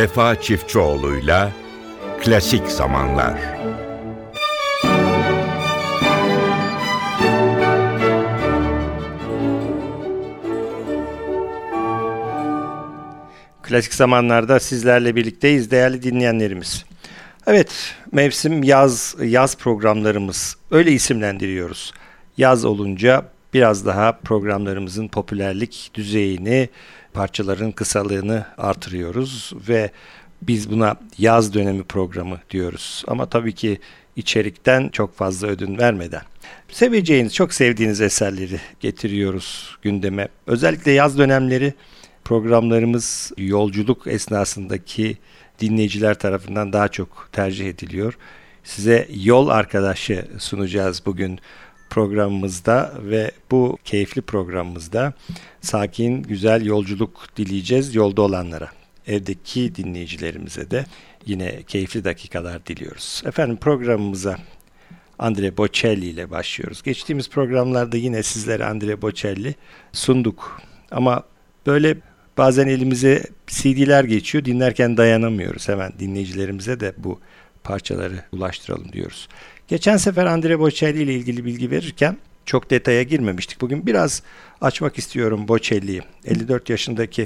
Vefa Çiftçioğlu'yla Klasik Zamanlar. Klasik Zamanlar'da sizlerle birlikteyiz değerli dinleyenlerimiz. Evet, mevsim yaz programlarımız öyle isimlendiriyoruz. Yaz olunca biraz daha programlarımızın popülerlik düzeyini, parçaların kısalığını artırıyoruz ve biz buna yaz dönemi programı diyoruz. Ama tabii ki içerikten çok fazla ödün vermeden. Seveceğiniz, çok sevdiğiniz eserleri getiriyoruz gündeme. Özellikle yaz dönemleri programlarımız yolculuk esnasındaki dinleyiciler tarafından daha çok tercih ediliyor. Size yol arkadaşı sunacağız bugün programımızda ve bu keyifli programımızda sakin, güzel yolculuk dileyeceğiz yolda olanlara. Evdeki dinleyicilerimize de yine keyifli dakikalar diliyoruz. Efendim programımıza Andrea Bocelli ile başlıyoruz. Geçtiğimiz programlarda yine sizlere Andrea Bocelli sunduk. Ama böyle bazen elimize CD'ler geçiyor. Dinlerken dayanamıyoruz. Hemen dinleyicilerimize de bu parçaları ulaştıralım diyoruz. Geçen sefer Andrea Bocelli ile ilgili bilgi verirken çok detaya girmemiştik. Bugün biraz açmak istiyorum Bocelli'yi. 54 yaşındaki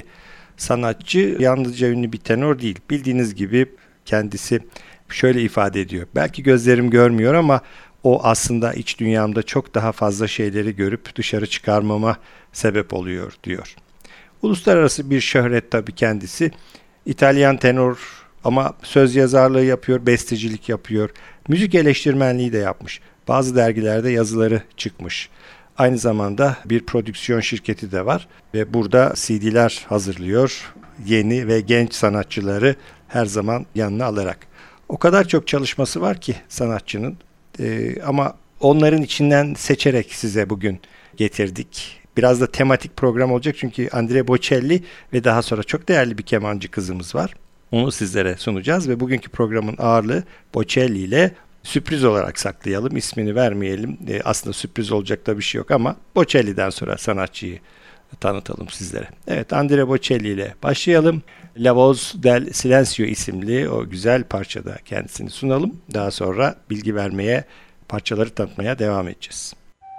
sanatçı yalnızca ünlü bir tenor değil. Bildiğiniz gibi kendisi şöyle ifade ediyor. Belki gözlerim görmüyor ama o aslında iç dünyamda çok daha fazla şeyleri görüp dışarı çıkarmama sebep oluyor diyor. Uluslararası bir şöhret tabii kendisi. İtalyan tenor ama söz yazarlığı yapıyor, bestecilik yapıyor. Müzik eleştirmenliği de yapmış. Bazı dergilerde yazıları çıkmış. Aynı zamanda bir prodüksiyon şirketi de var ve burada CD'ler hazırlıyor. Yeni ve genç sanatçıları her zaman yanına alarak. O kadar çok çalışması var ki sanatçının ama onların içinden seçerek size bugün getirdik. Biraz da tematik program olacak çünkü Andrea Bocelli ve daha sonra çok değerli bir kemancı kızımız var. Onu sizlere sunacağız ve bugünkü programın ağırlığı Bocelli ile sürpriz olarak saklayalım. İsmini vermeyelim. Aslında sürpriz olacak da bir şey yok ama Bocelli'den sonra sanatçıyı tanıtalım sizlere. Evet, Andrea Bocelli ile başlayalım. La Voz del Silencio isimli o güzel parçada kendisini sunalım. Daha sonra bilgi vermeye, parçaları tanıtmaya devam edeceğiz.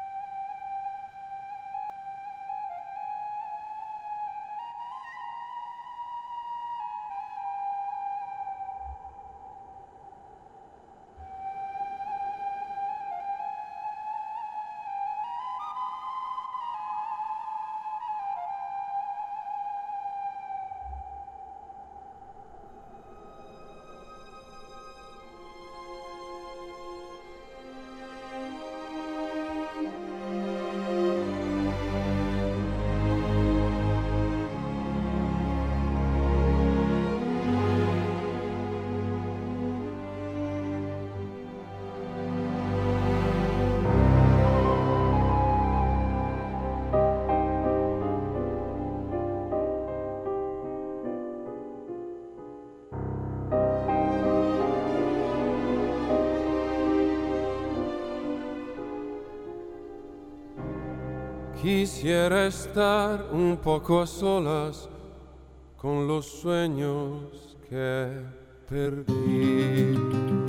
Quisiera estar un poco a solas con los sueños que perdí.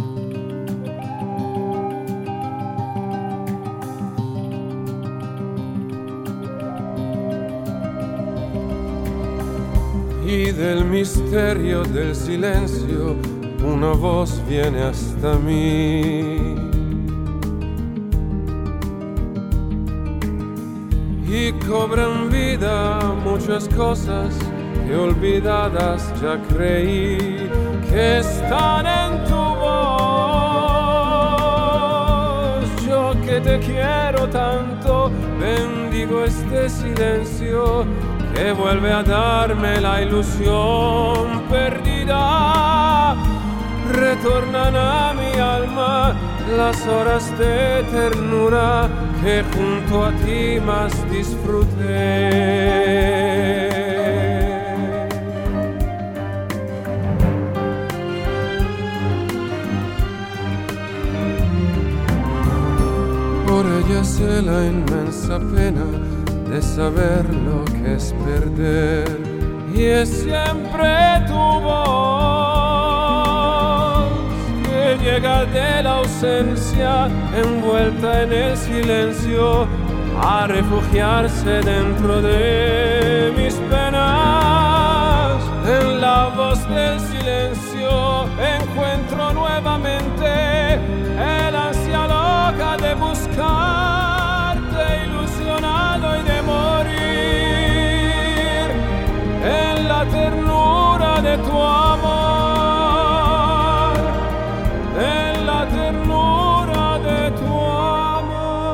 Y del misterio del silencio una voz viene hasta mí. Y cobran vida muchas cosas que olvidadas ya creí que están en tu voz. Yo que te quiero tanto, bendigo este silencio que vuelve a darme la ilusión perdida. Retornan a mi alma las horas de ternura que junto a ti más disfruté. Por ella sé la inmensa pena de saber lo que es perder y es siempre tu voz que llega de la ausencia envuelta en el silencio a refugiarse dentro de mis penas. En la voz del silencio encuentro nuevamente el ansia loca de buscarte, ilusionado y de morir en la ternura de tu amor, en la ternura de tu amor.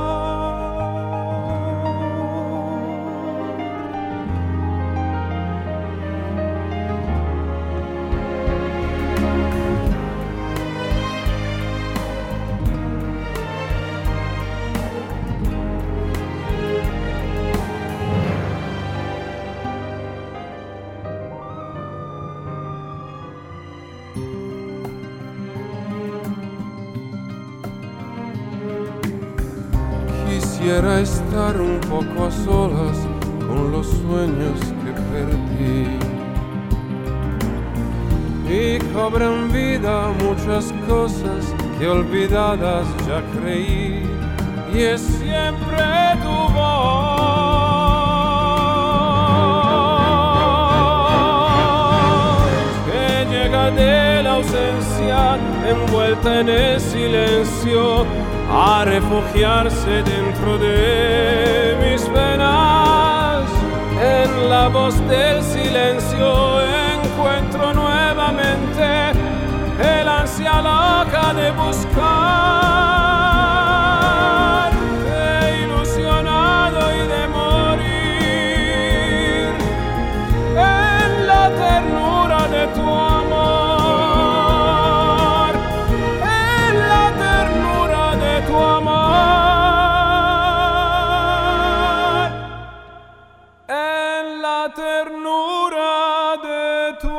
Quisiera estar un poco a solas con los sueños que perdí y cobran vida muchas cosas que olvidadas ya creí, y es siempre tu voz que llega de la ausencia envuelta en el silencio a refugiarse dentro de mis penas. En la voz del silencio encuentro nuevamente el ansia loca de buscarte, ilusionado y de morir en la ternura de tu amor, en la ternura de tu amor, en la ternura de tu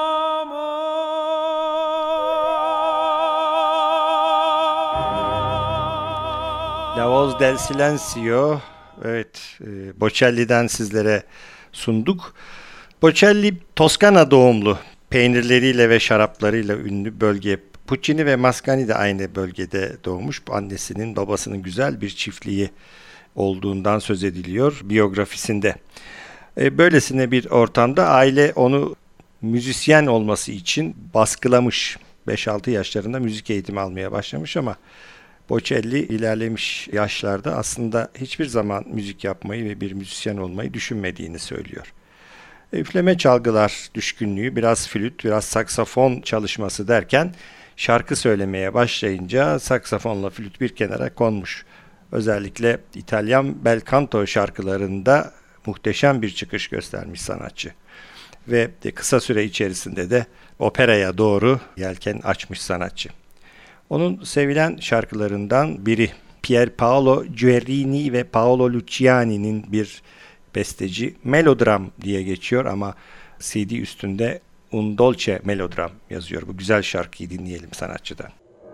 amor. La Voz del Silencio, evet, Bocelli'den sizlere sunduk. Bocelli Toskana doğumlu, peynirleriyle ve şaraplarıyla ünlü bölge. Puccini ve Mascagni de aynı bölgede doğmuş. Annesinin babasının güzel bir çiftliği olduğundan söz ediliyor biyografisinde. Böylesine bir ortamda aile onu müzisyen olması için baskılamış. 5-6 yaşlarında müzik eğitimi almaya başlamış ama Bocelli ilerlemiş yaşlarda aslında hiçbir zaman müzik yapmayı ve bir müzisyen olmayı düşünmediğini söylüyor. Üfleme çalgılar düşkünlüğü, biraz flüt, biraz saksafon çalışması derken şarkı söylemeye başlayınca saksafonla flüt bir kenara konmuş. Özellikle İtalyan bel canto şarkılarında muhteşem bir çıkış göstermiş sanatçı. Ve kısa süre içerisinde de operaya doğru yelken açmış sanatçı. Onun sevilen şarkılarından biri Pier Paolo Guerrini ve Paolo Luciani'nin bir besteci Melodram diye geçiyor ama CD üstünde Un Dolce Melodram yazıyor. Bu güzel şarkıyı dinleyelim sanatçıdan.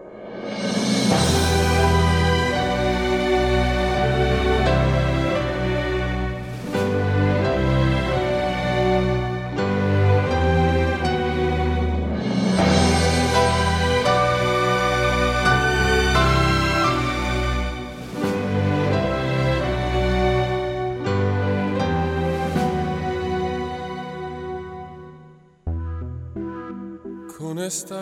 Con esta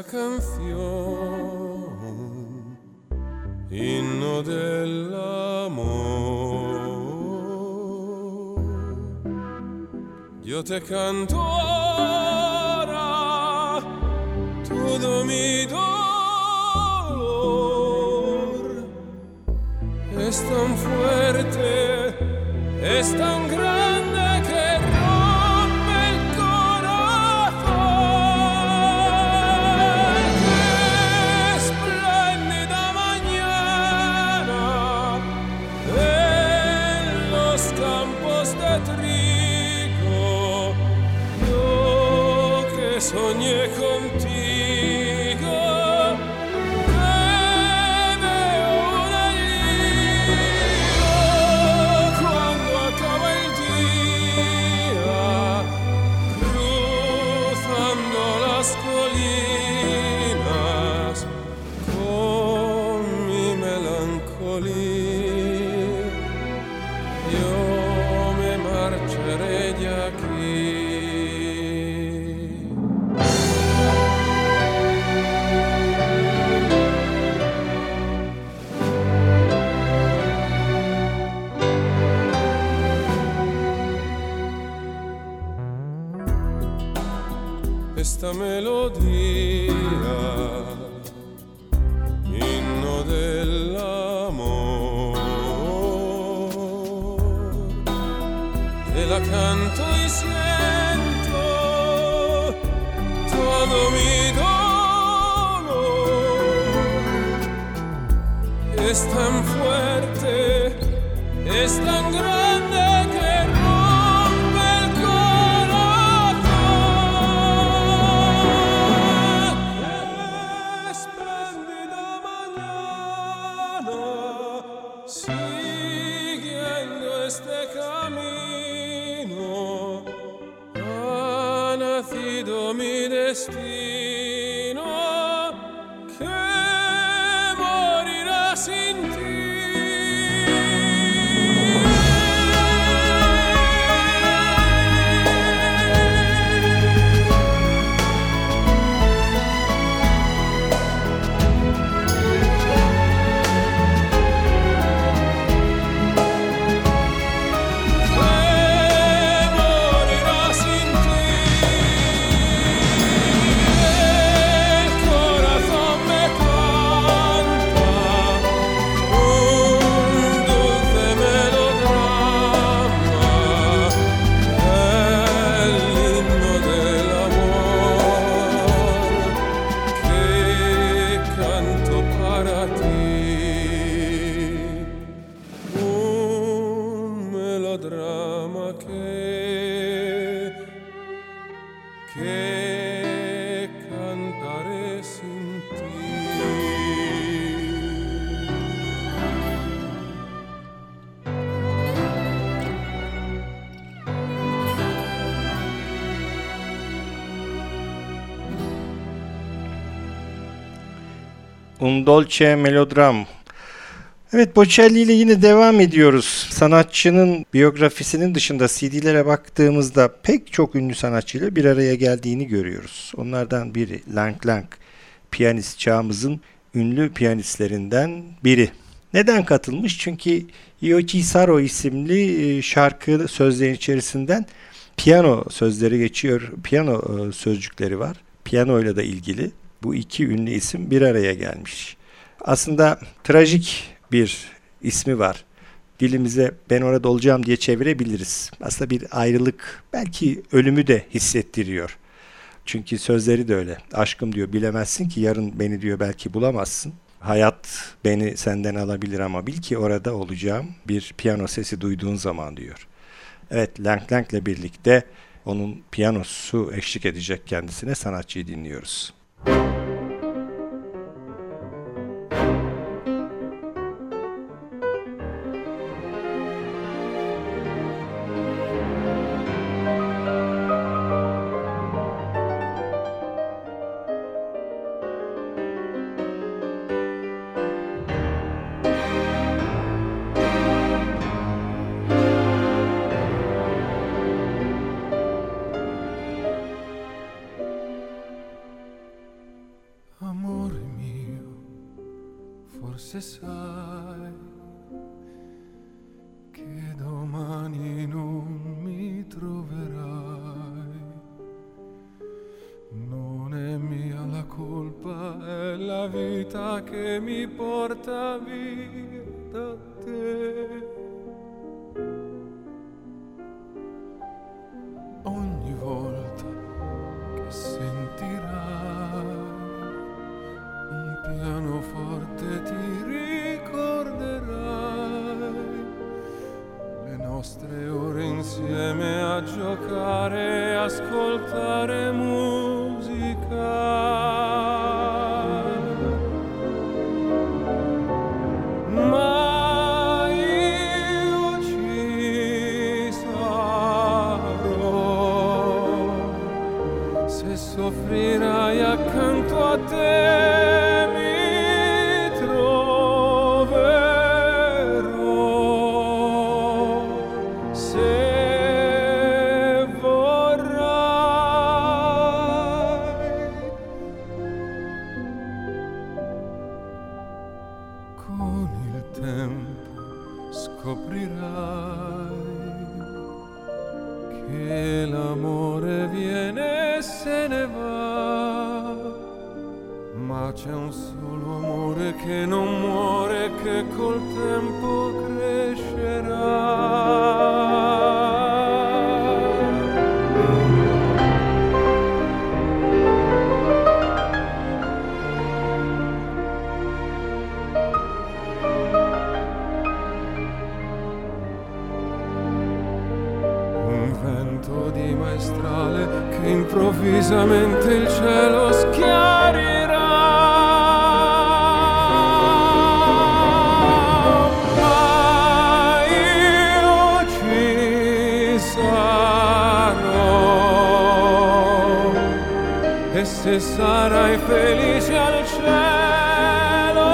canción, himno del amor, yo te canto ahora todo mi dolor. Es tan fuerte, es tan grande que rompe el corazón. Qué espléndida mañana en los campos de trigo. Yo que soñé contigo, questa melodia, inno dell'amor, e la canto y siento todo mi dolor. Es tan fuerte, es tan grande que rompe el corazón. Espléndida mañana, siguiendo este camino, ha nacido mi destino, que morirá sin ti. Che cantare sin ti. Un dolce melodram. Evet, Bocelli ile yine devam ediyoruz. Sanatçının biyografisinin dışında CD'lere baktığımızda pek çok ünlü sanatçıyla bir araya geldiğini görüyoruz. Onlardan biri Lang Lang, piyanist, çağımızın ünlü piyanistlerinden biri. Neden katılmış? Çünkü Yoichi Saro isimli şarkı sözlerin içerisinden piyano sözleri geçiyor. Piyano sözcükleri var. Piyanoyla da ilgili. Bu iki ünlü isim bir araya gelmiş. Aslında trajik bir ismi var. Dilimize ben orada olacağım diye çevirebiliriz. Aslında bir ayrılık, belki ölümü de hissettiriyor. Çünkü sözleri de öyle. Aşkım diyor, bilemezsin ki yarın beni diyor belki bulamazsın. Hayat beni senden alabilir ama bil ki orada olacağım bir piyano sesi duyduğun zaman diyor. Evet, Lang Lang'le birlikte onun piyanosu eşlik edecek kendisine, sanatçıyı dinliyoruz. Amore mio, forse sai che domani non mi troverai. Non è mia la colpa, è la vita che mi porta via da te. Ogni volta che sentirai un pianoforte ti ricorderai le nostre ore insieme a giocare e ascoltare musica. Ma io ci sarò se soffrirai accanto a te. Scoprirai che l'amore viene se ne va, ma c'è un solo amore che non muore, che col tempo crescerà. Di maestrale che improvvisamente il cielo schiarirà, ma io ci sarò, e se sarai felice al cielo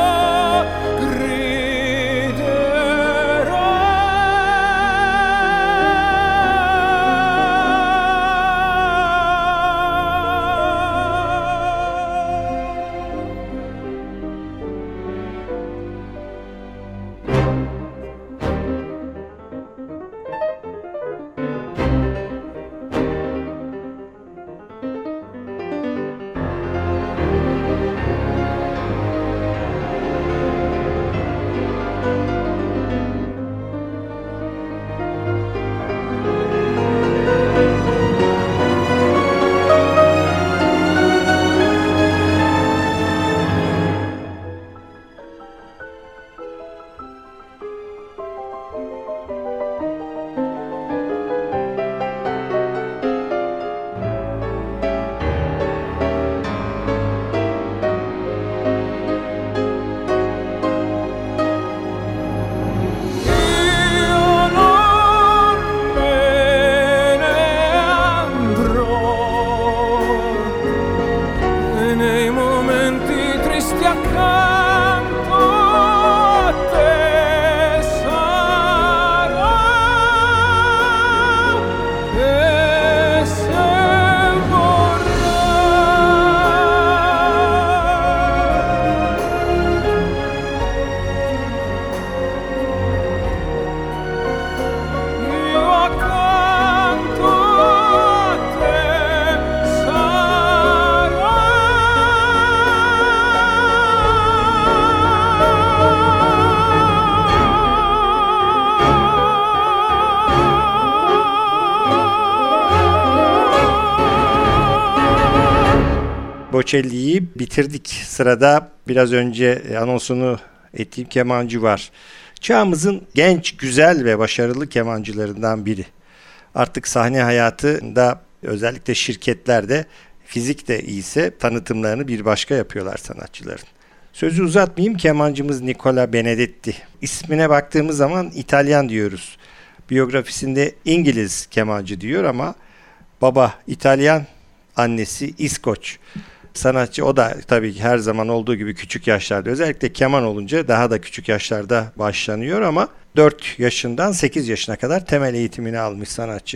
Bocelli'yi bitirdik. Sırada biraz önce anonsunu ettiğim kemancı var. Çağımızın genç, güzel ve başarılı kemancılarından biri. Artık sahne hayatında özellikle şirketlerde fizik de iyiyse tanıtımlarını bir başka yapıyorlar sanatçıların. Sözü uzatmayayım, kemancımız Nicola Benedetti. İsmine baktığımız zaman İtalyan diyoruz. Biyografisinde İngiliz kemancı diyor ama baba İtalyan, annesi İskoç. Sanatçı o da tabii ki her zaman olduğu gibi küçük yaşlarda, özellikle keman olunca daha da küçük yaşlarda başlanıyor ama 4 yaşından 8 yaşına kadar temel eğitimini almış sanatçı.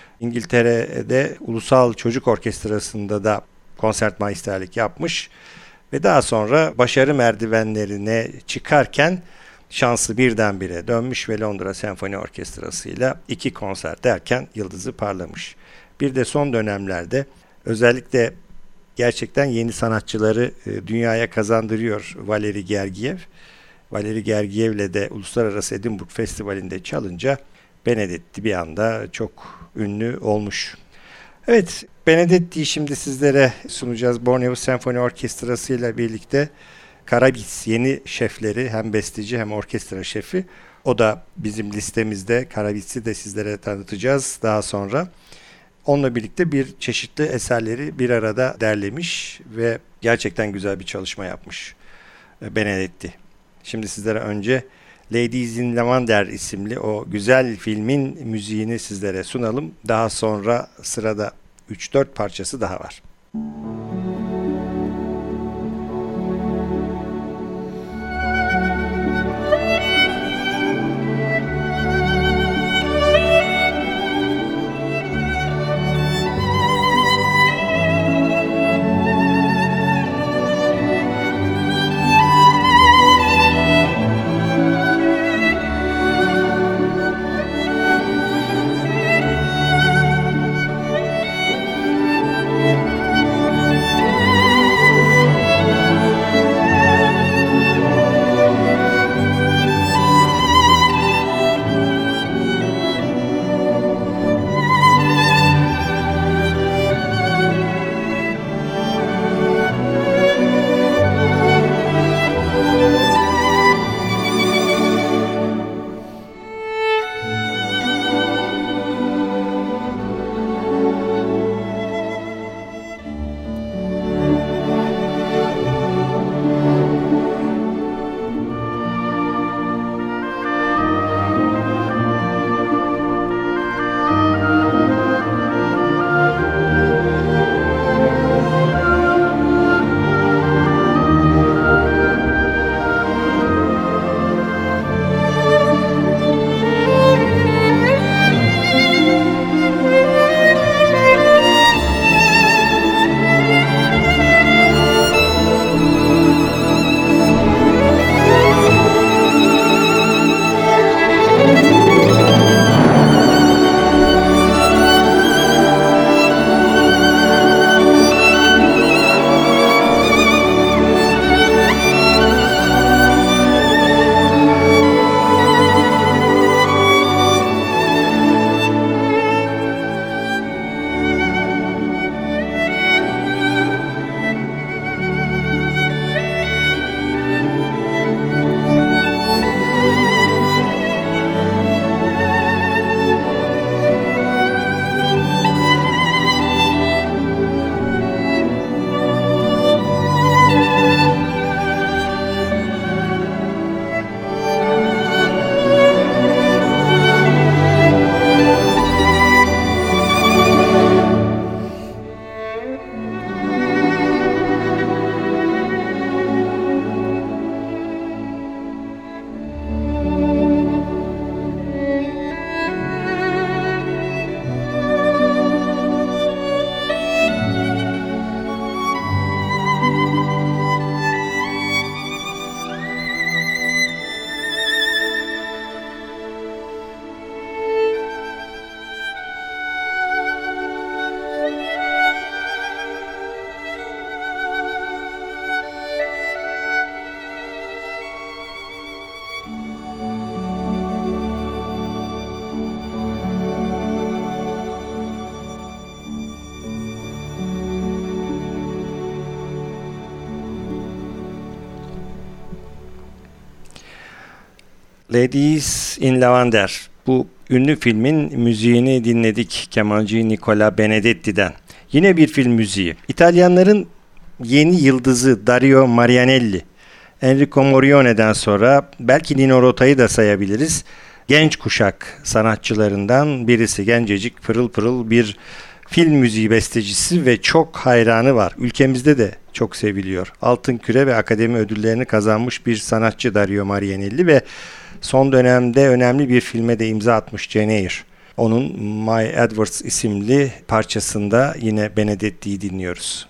İngiltere'de Ulusal Çocuk Orkestrası'nda da konsertmeisterlik yapmış ve daha sonra başarı merdivenlerine çıkarken şansı birdenbire dönmüş ve Londra Senfoni Orkestrası'yla 2 konser derken yıldızı parlamış. Bir de son dönemlerde özellikle gerçekten yeni sanatçıları dünyaya kazandırıyor Valeri Gergiev. Valeri Gergiev'le de Uluslararası Edinburgh Festivali'nde çalınca Benedetti bir anda çok ünlü olmuş. Evet, Benedetti'yi şimdi sizlere sunacağız. Borneo Senfoni Orkestrası ile birlikte Karabis yeni şefleri, hem besteci hem orkestra şefi. O da bizim listemizde. Karabis'i de sizlere tanıtacağız daha sonra. Onunla birlikte bir çeşitli eserleri bir arada derlemiş ve gerçekten güzel bir çalışma yapmış Benedetti. Şimdi sizlere önce Ladies in Lavender isimli o güzel filmin müziğini sizlere sunalım. Daha sonra sırada 3-4 parçası daha var. Ladies in Lavender. Bu ünlü filmin müziğini dinledik kemancı Nicola Benedetti'den. Yine bir film müziği. İtalyanların yeni yıldızı Dario Marianelli. Enrico Morione'den sonra belki Nino Rota'yı da sayabiliriz. Genç kuşak sanatçılarından birisi. Gencecik, pırıl pırıl bir film müziği bestecisi ve çok hayranı var. Ülkemizde de çok seviliyor. Altın Küre ve Akademi ödüllerini kazanmış bir sanatçı Dario Marianelli ve son dönemde önemli bir filme de imza atmış Jane Eyre. Onun My Edwards isimli parçasında yine Benedetti'yi dinliyoruz.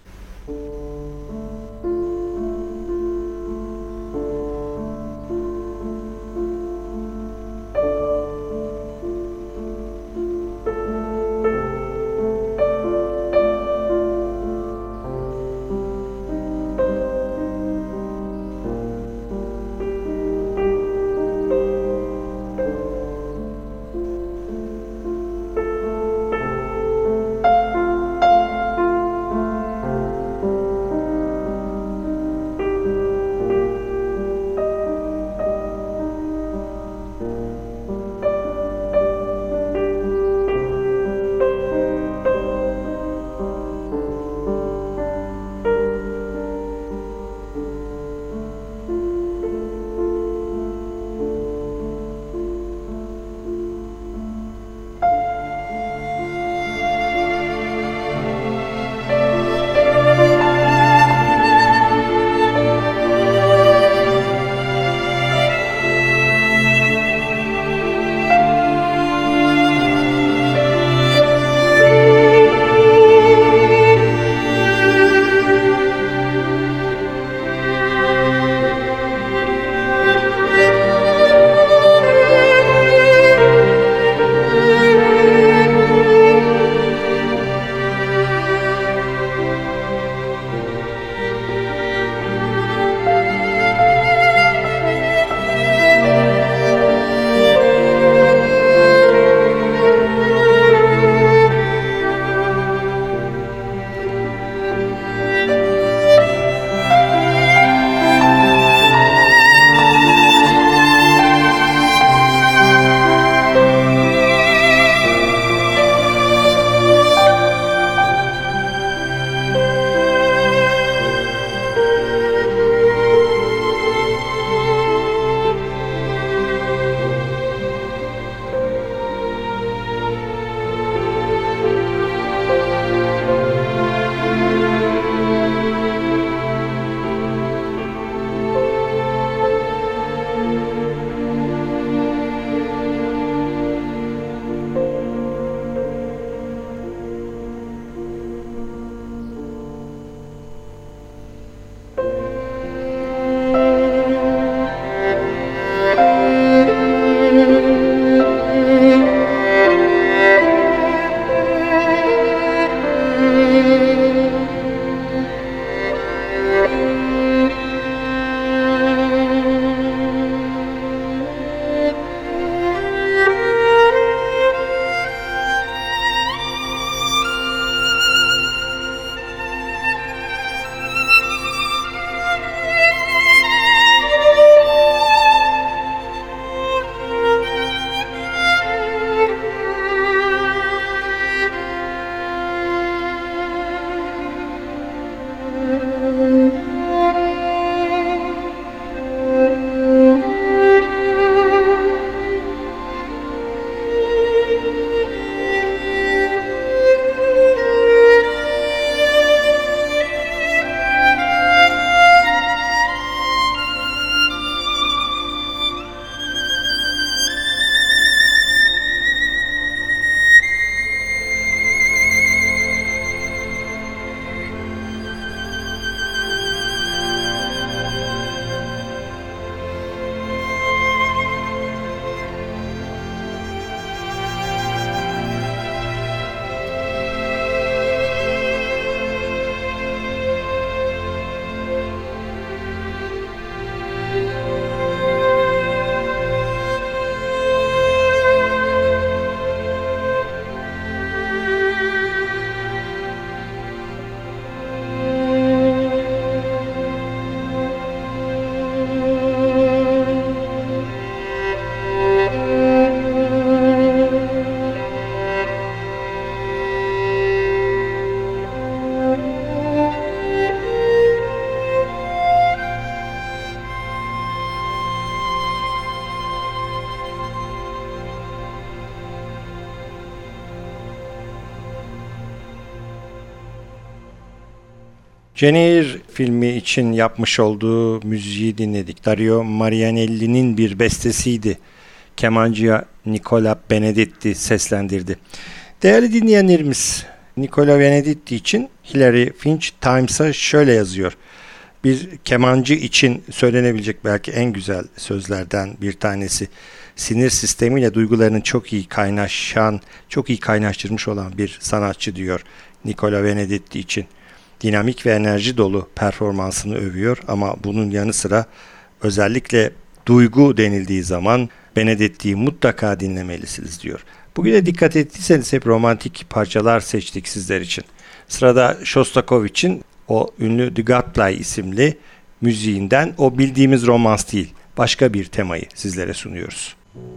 Jane Eyre filmi için yapmış olduğu müziği dinledik. Dario Marianelli'nin bir bestesiydi. Kemancı Nicola Benedetti seslendirdi. Değerli dinleyenlerimiz, Nicola Benedetti için Hilary Finch Times'a şöyle yazıyor. Bir kemancı için söylenebilecek belki en güzel sözlerden bir tanesi. Sinir sistemiyle duygularının çok iyi kaynaştırmış olan bir sanatçı diyor Nicola Benedetti için. Dinamik ve enerji dolu performansını övüyor ama bunun yanı sıra özellikle duygu denildiği zaman Benedetti'yi mutlaka dinlemelisiniz diyor. Bugün de dikkat ettiyseniz hep romantik parçalar seçtik sizler için. Sırada Shostakovich'in o ünlü The Godfly isimli müziğinden o bildiğimiz romans değil, başka bir temayı sizlere sunuyoruz.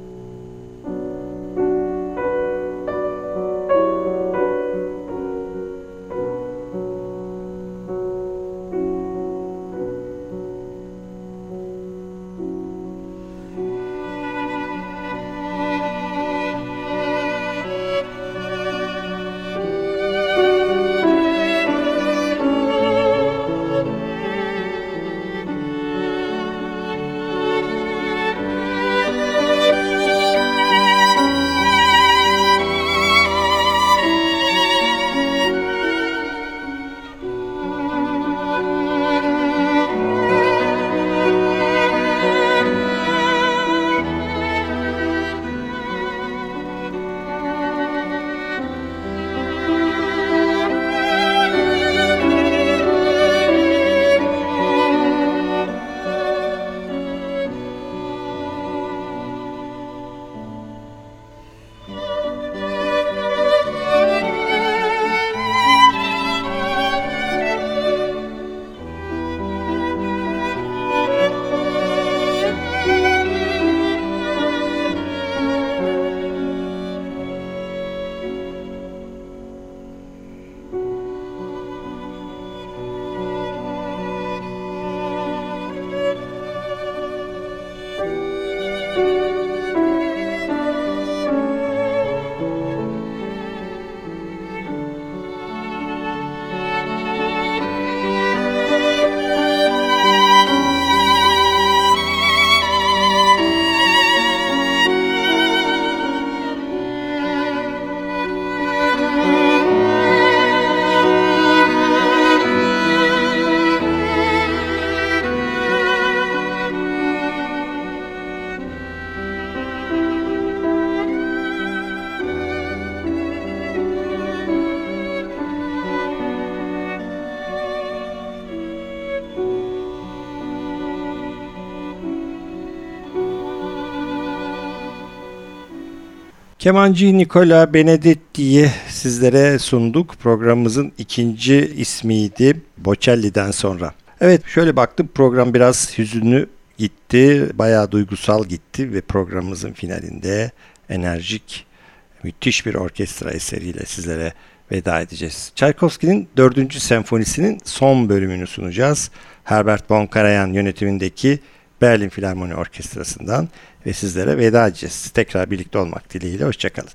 Kemancı Nicola Benedetti'yi sizlere sunduk. Programımızın ikinci ismiydi Bocelli'den sonra. Evet, şöyle baktım, program biraz hüzünlü gitti, bayağı duygusal gitti ve programımızın finalinde enerjik, müthiş bir orkestra eseriyle sizlere veda edeceğiz. Tchaikovsky'nin 4. senfonisinin son bölümünü sunacağız. Herbert von Karajan yönetimindeki Berlin Filarmoni Orkestrası'ndan ve sizlere veda edeceğiz. Tekrar birlikte olmak dileğiyle, hoşçakalın.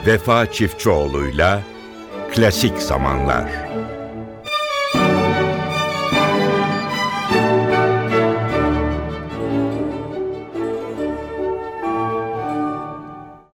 Vefa Çiftçioğlu'yla Klasik Zamanlar.